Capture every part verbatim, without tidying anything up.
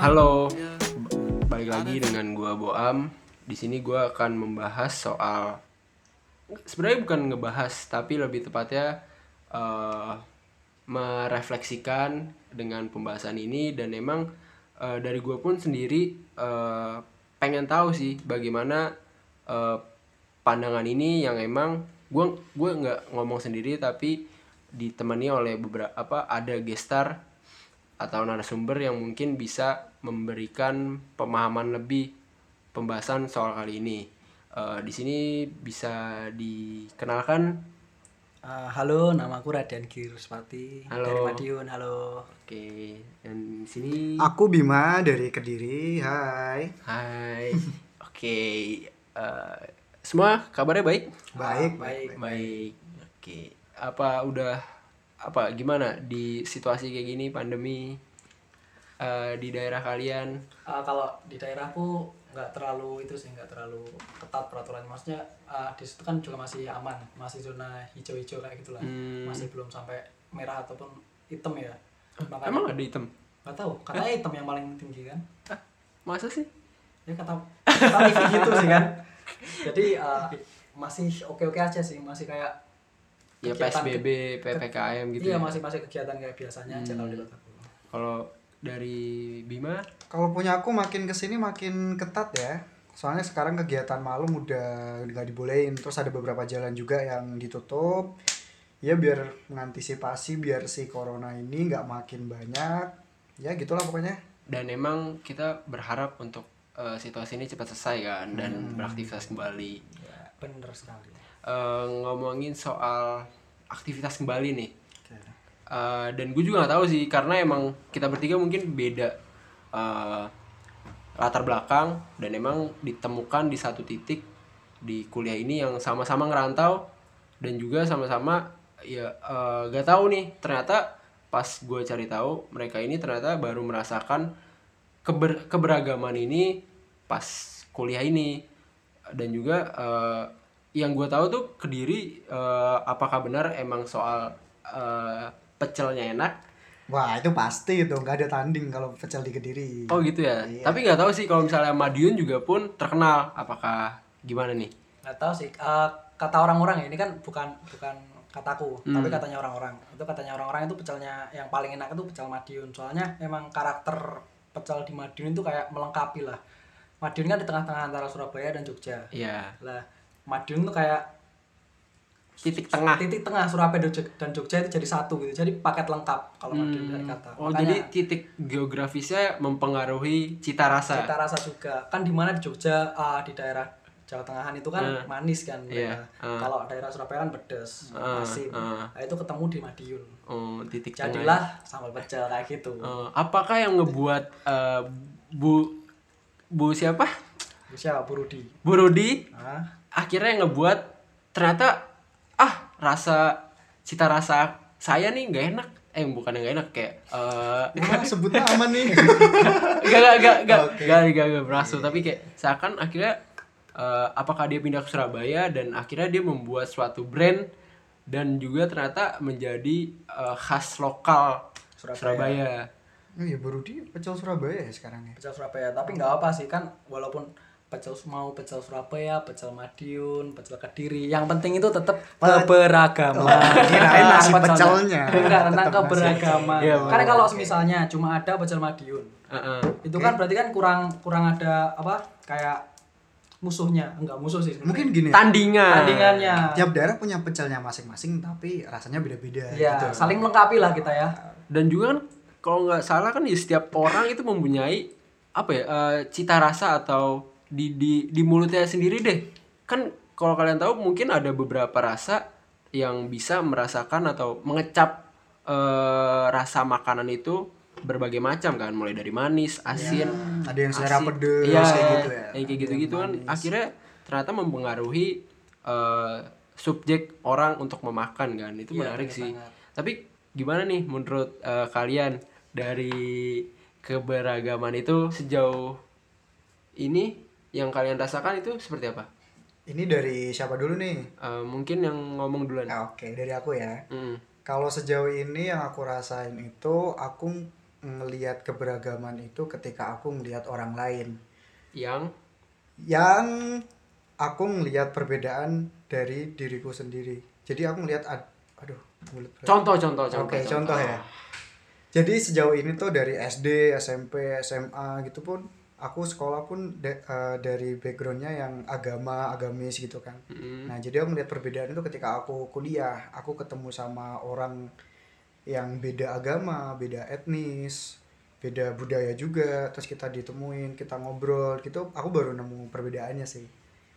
Halo, balik lagi dengan gua Boam. Di sini gua akan membahas soal, sebenarnya bukan ngebahas, tapi lebih tepatnya uh, merefleksikan dengan pembahasan ini. Dan emang uh, dari gua pun sendiri uh, pengen tahu sih bagaimana uh, pandangan ini yang emang gua gua nggak ngomong sendiri, tapi ditemani oleh beberapa apa ada gestar atau narasumber yang mungkin bisa memberikan pemahaman lebih pembahasan soal kali ini. Uh, di sini bisa dikenalkan. Uh, halo, nama aku Radian Giruspati dari Madiun. Halo. Oke, dan di sini aku Bima dari Kediri. Hai. Hai. Oke, uh, semua kabarnya baik? Baik, uh, baik, baik. Baik. Oke, apa udah apa gimana di situasi kayak gini pandemi uh, di daerah kalian? Uh, kalau di daerahku nggak terlalu itu sih, nggak terlalu ketat peraturan. Maksudnya uh, di situ kan juga masih aman, masih zona hijau-hijau kayak gitulah. Hmm. Masih belum sampai merah ataupun hitam ya. Makanya, emang ada hitam? Nggak tahu, katanya hitam yang paling tinggi kan? Ah, masa sih? Ya kata kata T V gitu sih kan. Jadi uh, masih oke-oke aja sih, masih kayak ya P S B B, P P K M gitu. Iya, ya? masih masih kegiatan kayak biasanya hmm. aja kalau di kotaku. Kalau dari Bima? Kalau punya aku makin kesini makin ketat ya. Soalnya sekarang kegiatan malam udah nggak dibolehin. Terus ada beberapa jalan juga yang ditutup. Ya biar mengantisipasi biar si corona ini nggak makin banyak. Ya gitulah pokoknya. Dan emang kita berharap untuk uh, situasi ini cepat selesai kan dan hmm. beraktivitas kembali. Ya, bener sekali. Uh, ngomongin soal aktivitas kembali nih, okay. uh, dan gue juga nggak tahu sih karena emang kita bertiga mungkin beda uh, latar belakang dan emang ditemukan di satu titik di kuliah ini yang sama-sama ngerantau dan juga sama-sama ya uh, gak tahu nih ternyata pas gue cari tahu mereka ini ternyata baru merasakan keber- keberagaman ini pas kuliah ini. Dan juga uh, yang gue tahu tuh Kediri, uh, apakah benar emang soal uh, pecelnya enak? Wah itu pasti itu, nggak ada tanding kalau pecel di Kediri. Oh gitu ya. Iya. Tapi nggak tahu sih kalau misalnya Madiun juga pun terkenal, apakah gimana nih? Nggak tahu sih. Uh, kata orang-orang ya, ini kan bukan bukan kataku, hmm. tapi katanya orang-orang. Itu katanya orang-orang itu pecelnya yang paling enak itu pecel Madiun. Soalnya emang karakter pecel di Madiun itu kayak melengkapi lah. Madiun kan di tengah-tengah antara Surabaya dan Jogja. Iya. Lah Madiun tuh kayak titik tengah. Titik tengah Surabaya dan Jogja itu jadi satu gitu. Jadi paket lengkap kalau Madiun hmm. dari kata. Oh, makanya, jadi titik geografisnya mempengaruhi cita rasa. Cita rasa juga. Kan di mana di Jogja uh, di daerah Jawa Tengahan itu kan uh, manis kan. Iya, uh, kalau daerah Surabaya kan pedas, uh, asin. Uh, nah, itu ketemu di Madiun. Oh, titik jadilah tengah. sambal pecel kayak gitu. Uh, apakah yang ngebuat uh, Bu Bu siapa? Bu siapa? Bu Rudi. Bu Rudi. Uh. Akhirnya yang ngebuat ternyata ah rasa cita rasa saya nih nggak enak. Eh bukan yang nggak enak kayak. Uh, Wah sebut nama nih. Gak gak gak gak okay. gak gak gak berasal tapi kayak seakan akhirnya uh, apakah dia pindah ke Surabaya dan akhirnya dia membuat suatu brand dan juga ternyata menjadi uh, khas lokal Surabaya. Surabaya. Oh iya, Bu Rudi pecel Surabaya ya sekarang ya? Pecel Surabaya, tapi nggak apa sih kan, walaupun pecel mau pecel Surabaya, pecel Madiun, pecel Kediri, yang penting itu tetap keberagaman. Oh, kirain nasi pecelnya. Enggak, tentang keberagaman. Ya, karena kalau misalnya cuma ada pecel Madiun, uh-uh. itu kan berarti kan kurang kurang ada apa kayak musuhnya, enggak musuh sih sebenernya. Mungkin gini. Tandingan. Tandingannya. Tiap daerah punya pecelnya masing-masing, tapi rasanya beda-beda. Iya, gitu. Saling melengkapi lah kita ya. Dan juga kan kalau nggak salah kan di setiap orang itu mempunyai apa ya uh, cita rasa atau di di di mulutnya sendiri deh. Kan kalau kalian tahu mungkin ada beberapa rasa yang bisa merasakan atau mengecap uh, rasa makanan itu berbagai macam kan, mulai dari manis, asin, ya, ada yang selera pedes ya, kayak gitu ya. Kayak gitu-gitu kan akhirnya ternyata mempengaruhi uh, subjek orang untuk memakan kan. Itu ya, menarik sih. Banget. Tapi gimana nih menurut uh, kalian dari keberagaman itu sejauh ini yang kalian rasakan itu seperti apa? Ini dari siapa dulu nih? Uh, mungkin yang ngomong duluan. Oke, okay, dari aku ya. Mm. Kalau sejauh ini yang aku rasain itu aku ngelihat keberagaman itu ketika aku ngelihat orang lain yang yang aku ngelihat perbedaan dari diriku sendiri. Jadi aku ngelihat ad- aduh mulut berat. contoh contoh contoh Oke, contoh ya. Jadi sejauh ini tuh dari S D, S M P, S M A gitu pun aku sekolah pun de- eh, dari backgroundnya yang agama, agamis gitu kan. Mm. Nah, jadi aku melihat perbedaan itu ketika aku kuliah, aku ketemu sama orang yang beda agama, beda etnis, beda budaya juga, terus kita ditemuin, kita ngobrol gitu, aku baru nemu perbedaannya sih.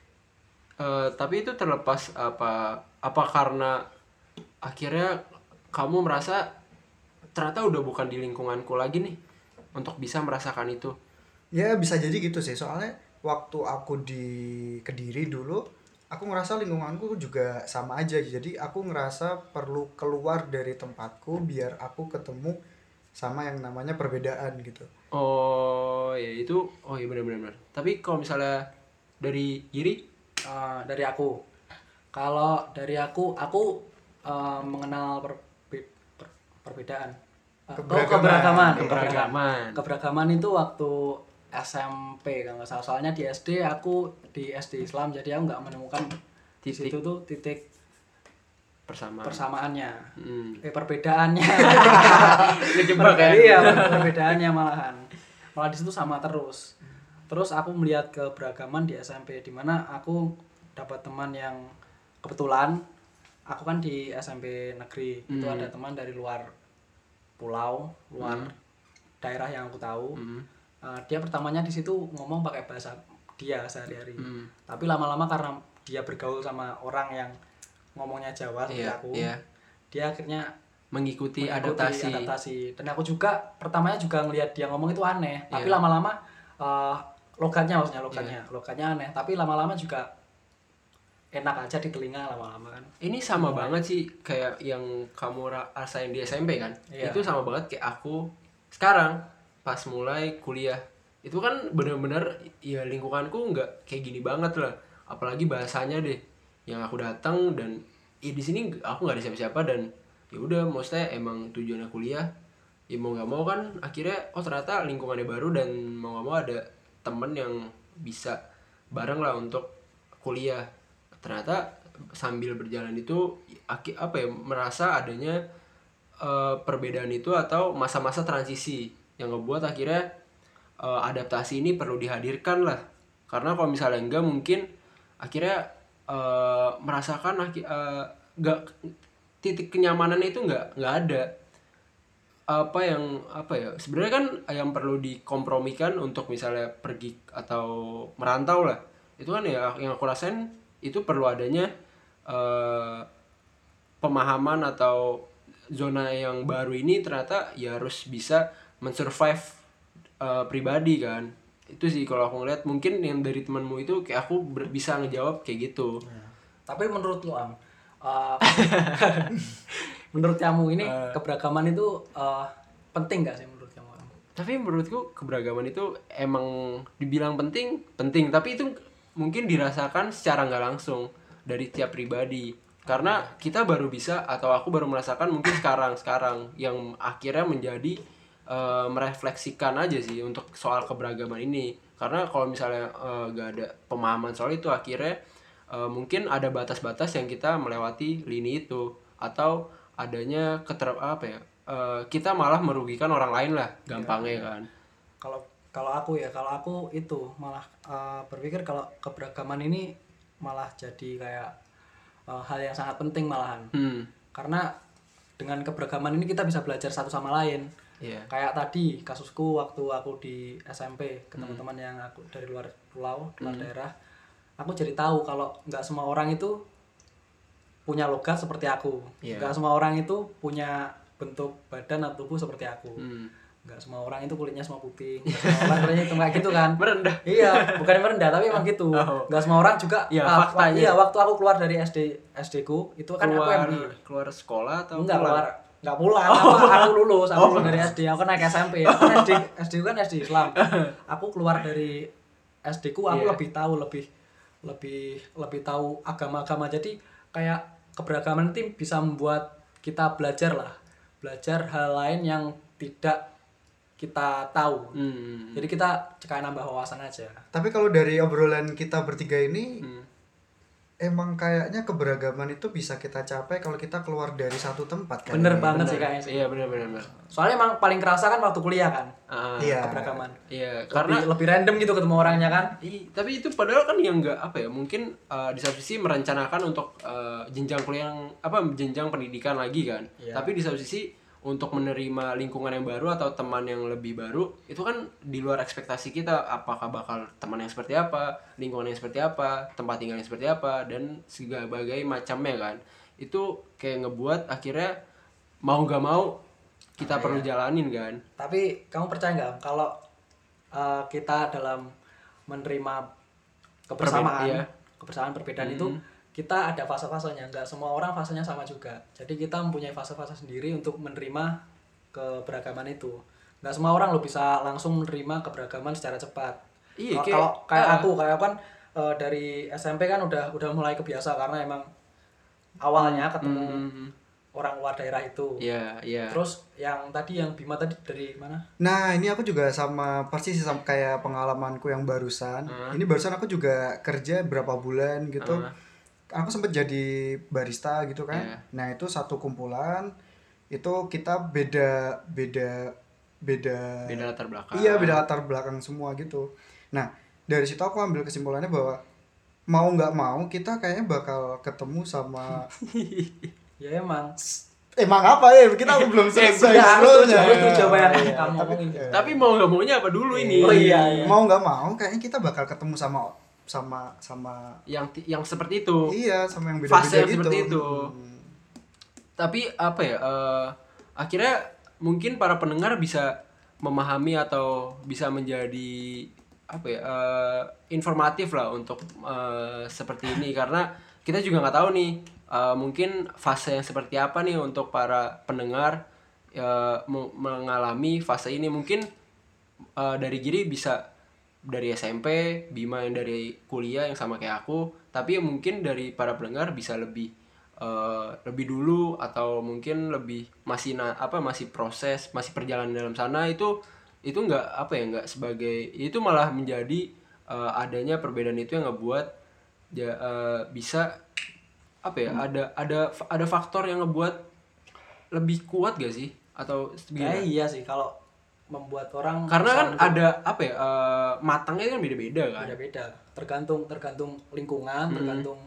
Eh, tapi itu terlepas apa apa karena akhirnya kamu merasa ternyata udah bukan di lingkunganku lagi nih untuk bisa merasakan itu. Ya bisa jadi gitu sih, soalnya waktu aku di Kediri dulu, aku ngerasa lingkunganku juga sama aja, jadi aku ngerasa perlu keluar dari tempatku biar aku ketemu sama yang namanya perbedaan gitu. Oh ya itu, oh iya benar-benar. Tapi kalau misalnya dari Giri, Eh, dari aku, kalau dari aku aku eh, mengenal perbe- per- perbedaan. Eh, oh, Keberagaman. keberagaman Keberagaman. keberagaman itu waktu S M P kalau nggak salah, soalnya di S D aku di S D Islam, jadi aku nggak menemukan di Titik. situ tuh titik persamaan. persamaannya, Hmm. eh perbedaannya. Kejebak ya. Iya, perbedaannya malahan malah di situ sama terus. Terus aku melihat keberagaman di S M P, di mana aku dapat teman yang kebetulan aku kan di S M P negeri, itu Hmm. ada teman dari luar pulau, luar Hmm. daerah yang aku tahu. Hmm. Uh, dia pertamanya di situ ngomong pakai bahasa dia sehari-hari. Hmm. Tapi lama-lama karena dia bergaul sama orang yang ngomongnya Jawa seperti Iya, aku, iya. dia akhirnya Mengikuti, mengikuti adaptasi. adaptasi. Dan aku juga pertamanya juga ngelihat dia ngomong itu aneh, tapi Iya. lama-lama uh, logatnya maksudnya logatnya, logatnya aneh, tapi lama-lama juga enak aja di telinga lama-lama kan. Ini sama banget sih kayak yang kamu ra- rasain di S M P kan. Iya. Itu sama banget kayak aku sekarang pas mulai kuliah. Itu kan bener-bener ya lingkunganku nggak kayak gini banget lah. Apalagi bahasanya deh. Yang aku datang dan ya di sini aku nggak ada siapa-siapa dan ya udah maksudnya emang tujuannya kuliah. Ya mau nggak mau kan akhirnya oh ternyata lingkungannya baru dan mau nggak mau ada temen yang bisa bareng lah untuk kuliah. Ternyata sambil berjalan itu aki- apa ya merasa adanya eh, perbedaan itu atau masa-masa transisi yang ngebuat akhirnya eh, adaptasi ini perlu dihadirkan lah, karena kalau misalnya enggak mungkin akhirnya eh, merasakan aki- eh, nggak titik kenyamanan itu nggak nggak ada apa yang apa ya sebenarnya kan yang perlu dikompromikan untuk misalnya pergi atau merantau lah, itu kan ya yang aku rasain itu perlu adanya eh, pemahaman atau zona yang baru ini ternyata ya harus bisa mensurvive eh, pribadi kan. Itu sih kalau aku ngeliat mungkin yang dari temanmu itu kayak aku ber- bisa ngejawab kayak gitu. Tapi menurut lu Am, uh, menurut kamu ini keberagaman itu uh, penting nggak sih menurut kamu Am? Tapi menurutku keberagaman itu emang dibilang penting, penting. Tapi itu mungkin dirasakan secara nggak langsung dari tiap pribadi. Karena kita baru bisa atau aku baru merasakan mungkin sekarang-sekarang yang akhirnya menjadi eh, merefleksikan aja sih untuk soal keberagaman ini. Karena kalau misalnya eh, nggak ada pemahaman soal itu akhirnya eh, mungkin ada batas-batas yang kita melewati lini itu atau adanya keter apa ya? eh, kita malah merugikan orang lain lah gampangnya kan. Kalau kalau aku ya, kalau aku itu malah uh, berpikir kalau keberagaman ini malah jadi kayak uh, hal yang sangat penting malahan. Hmm. Karena dengan keberagaman ini kita bisa belajar satu sama lain. Iya. Kayak tadi kasusku waktu aku di S M P ke teman-teman yang aku dari luar pulau, luar daerah, aku jadi tahu kalau nggak semua orang itu punya logat seperti aku, Iya. nggak semua orang itu punya bentuk badan atau tubuh seperti aku. Hmm. Nggak semua orang itu kulitnya semua putih, nggak semua orang kulitnya hitam kayak gitu kan. Merendah. Iya, bukan merendah tapi emang gitu. Oh. Nggak semua orang juga. Iya, ah, faktanya. Iya, waktu aku keluar dari S D S D ku itu kan aku keluar M I. keluar sekolah atau Enggak pulang? keluar, enggak pulang. Aku, aku lulus, aku lulus dari S D. Aku kan naik S M P. Aku kan S D, S D ku kan S D Islam. Aku keluar dari S D ku, aku Iya. lebih tahu, lebih lebih lebih tahu agama-agama. Jadi kayak keberagaman itu bisa membuat kita belajar lah, belajar hal lain yang tidak kita tahu. Hmm. Jadi kita kayak nambah wawasan aja. Tapi kalau dari obrolan kita bertiga ini, Hmm. emang kayaknya keberagaman itu bisa kita capai kalau kita keluar dari satu tempat kan. Bener banget sih kayaknya sih. Iya benar benar benar. Soalnya emang paling kerasa kan waktu kuliah kan. Ah, Iya. Keberagaman. Iya, Karena karena lebih, lebih random gitu ketemu orangnya kan. i- tapi itu padahal kan yang enggak apa ya, mungkin uh, di satu sisi merencanakan untuk uh, jenjang kuliah yang apa jenjang pendidikan lagi kan. Iya. Tapi di satu sisi untuk menerima lingkungan yang baru atau teman yang lebih baru itu kan di luar ekspektasi kita, apakah bakal teman yang seperti apa, lingkungan yang seperti apa, tempat tinggal yang seperti apa, dan sebagai macamnya kan. Itu kayak ngebuat akhirnya mau nggak mau kita perlu jalanin kan. Tapi kamu percaya nggak kalau uh, kita dalam menerima kebersamaan, Perbe- iya. kebersamaan perbedaan itu kita ada fase-fasenya. Nggak semua orang fasenya sama juga. Jadi kita mempunyai fase-fase sendiri untuk menerima keberagaman itu. Nggak semua orang lo bisa langsung menerima keberagaman secara cepat. Iya, Kalau- kayak- kalau kayak ah. aku, kayak aku kan uh, dari S M P kan udah udah mulai kebiasa karena emang awalnya ketemu Hmm. orang luar daerah itu. Iya, iya. Terus yang tadi yang Bima tadi dari mana? Nah, ini aku juga sama persis sama kayak pengalamanku yang barusan. Ini barusan aku juga kerja berapa bulan gitu. Aku sempat jadi barista gitu kan. Iya. Nah, itu satu kumpulan itu kita beda beda beda Beda latar belakang. Iya, beda latar belakang semua gitu. Nah, dari situ aku ambil kesimpulannya bahwa mau nggak mau kita kayaknya bakal ketemu sama Ya emang. emang apa ya? Kita belum selesai Udah, harus ngobrolnya. setuju, harus setuju apa yang Iya, kamu tapi- omongin. iya. Tapi mau nggak maunya apa dulu ini? Oh iya, iya. Mau nggak mau kayaknya kita bakal ketemu sama sama sama Yang ti- yang seperti itu. iya sama yang beda-beda Fase yang gitu. seperti itu. Hmm. Tapi apa ya? eh, akhirnya mungkin para pendengar bisa memahami atau bisa menjadi apa ya? eh, informatif lah untuk eh, seperti ini karena kita juga nggak tahu nih eh, mungkin fase yang seperti apa nih untuk para pendengar eh, mu- mengalami fase ini mungkin eh, dari Giri bisa dari S M P, Bima yang dari kuliah yang sama kayak aku, tapi mungkin dari para pendengar bisa lebih eh, lebih dulu atau mungkin lebih masih na, apa masih proses, masih perjalanan dalam sana itu itu nggak apa ya nggak sebagai itu malah menjadi eh, adanya perbedaan itu yang ngebuat ya, eh, bisa apa ya ada ada ada faktor yang ngebuat lebih kuat gak sih atau gimana? Ya iya sih kalau membuat orang Karena bisa kan untuk- ada apa ya eh, matangnya kan beda-beda kan. beda-beda, tergantung tergantung lingkungan, tergantung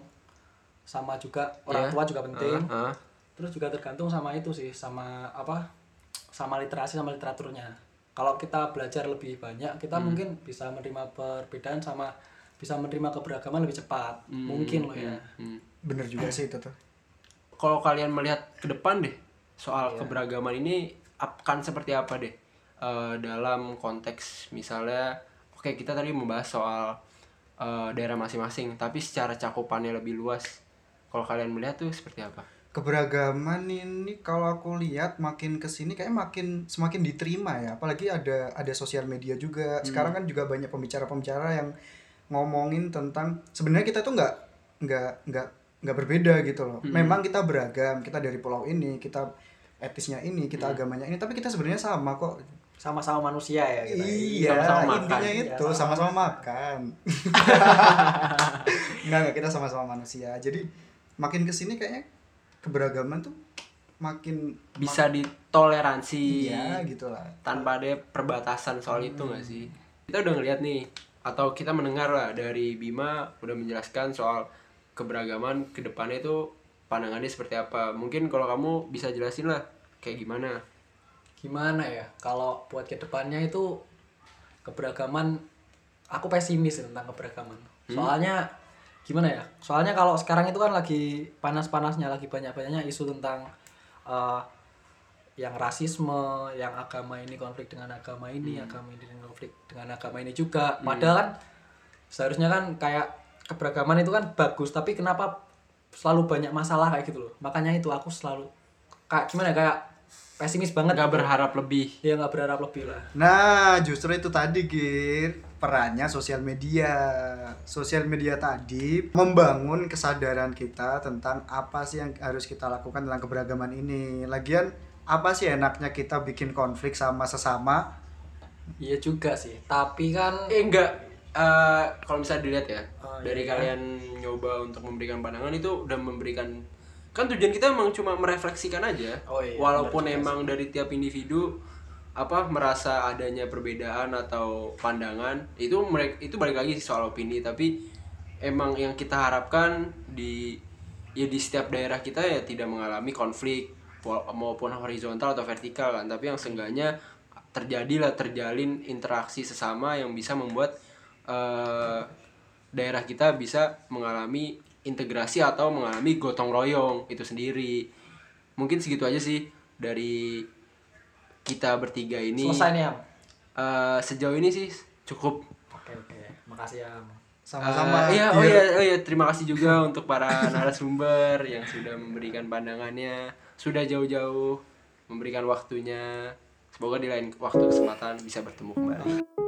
sama juga orang Iya. tua juga penting. Ah, ah. Terus juga tergantung sama itu sih, sama apa? Sama literasi sama literaturnya. Kalau kita belajar lebih banyak, kita Hmm. mungkin bisa menerima perbedaan sama bisa menerima keberagaman lebih cepat. Mungkin loh ya. Hmm. Bener juga sih itu tuh. Kalau kalian melihat ke depan deh soal Iya. keberagaman ini akan seperti apa deh Eh, dalam konteks misalnya oke kita tadi membahas soal eh, daerah masing-masing tapi secara cakupannya lebih luas. Kalau kalian melihat tuh seperti apa? Keberagaman ini kalau aku lihat makin kesini kayak makin semakin diterima ya, apalagi ada ada sosial media juga. Sekarang kan juga banyak pembicara-pembicara yang ngomongin tentang sebenarnya kita tuh nggak nggak nggak nggak berbeda gitu loh. Memang kita beragam, kita dari pulau ini, kita etisnya ini, kita agamanya ini, tapi kita sebenarnya sama kok. Sama-sama manusia ya kita. Iya, Sama-sama makan. intinya Iya, itu sama-sama makan. Enggak, enggak, kita sama-sama manusia. Jadi makin kesini kayaknya keberagaman tuh makin Bisa ditoleransi iya gitu lah. tanpa ada perbatasan soal itu nggak sih? Kita udah ngeliat nih atau kita mendengar lah dari Bima udah menjelaskan soal keberagaman ke depannya itu pandangannya seperti apa. Mungkin kalau kamu bisa jelasin lah kayak gimana? Gimana ya? Kalau buat kedepannya itu keberagaman, aku pesimis tentang keberagaman. Soalnya gimana ya? Soalnya kalau sekarang itu kan lagi panas-panasnya, lagi banyak-banyaknya isu tentang eh, yang rasisme, yang agama ini konflik dengan agama ini, agama ini konflik dengan agama ini juga. Padahal kan seharusnya kan kayak keberagaman itu kan bagus, tapi kenapa selalu banyak masalah kayak gitu loh. Makanya itu aku selalu kayak gimana ya, kayak pesimis banget. Nggak gitu. berharap lebih. Ya nggak berharap lebih lah. Nah, justru itu tadi Gir, perannya sosial media. Sosial media tadi membangun kesadaran kita tentang apa sih yang harus kita lakukan dalam keberagaman ini. Lagian apa sih enaknya kita bikin konflik sama sesama Iya juga sih, tapi kan Eh enggak, eh kalau misalnya dilihat ya, Oh, dari iya. kalian nyoba untuk memberikan pandangan itu udah memberikan, kan tujuan kita emang cuma merefleksikan aja. Oh, iya, Walaupun benar juga emang dari tiap individu apa merasa adanya perbedaan atau pandangan, itu mereka itu balik lagi sih soal opini, tapi emang yang kita harapkan di ya di setiap daerah kita ya tidak mengalami konflik wa- maupun horizontal atau vertikal kan, tapi yang seenggaknya terjadilah terjalin interaksi sesama yang bisa membuat eh, daerah kita bisa mengalami integrasi atau mengalami gotong royong itu sendiri. Mungkin segitu aja sih dari kita bertiga ini. selesai nih Am. Eh, sejauh ini sih cukup. Oke oke, makasih Am. Sama-sama. Eh, iya, oh biar- iya, oh iya, terima kasih juga untuk para narasumber yang sudah memberikan pandangannya, sudah jauh-jauh memberikan waktunya. Semoga di lain waktu kesempatan bisa bertemu kembali.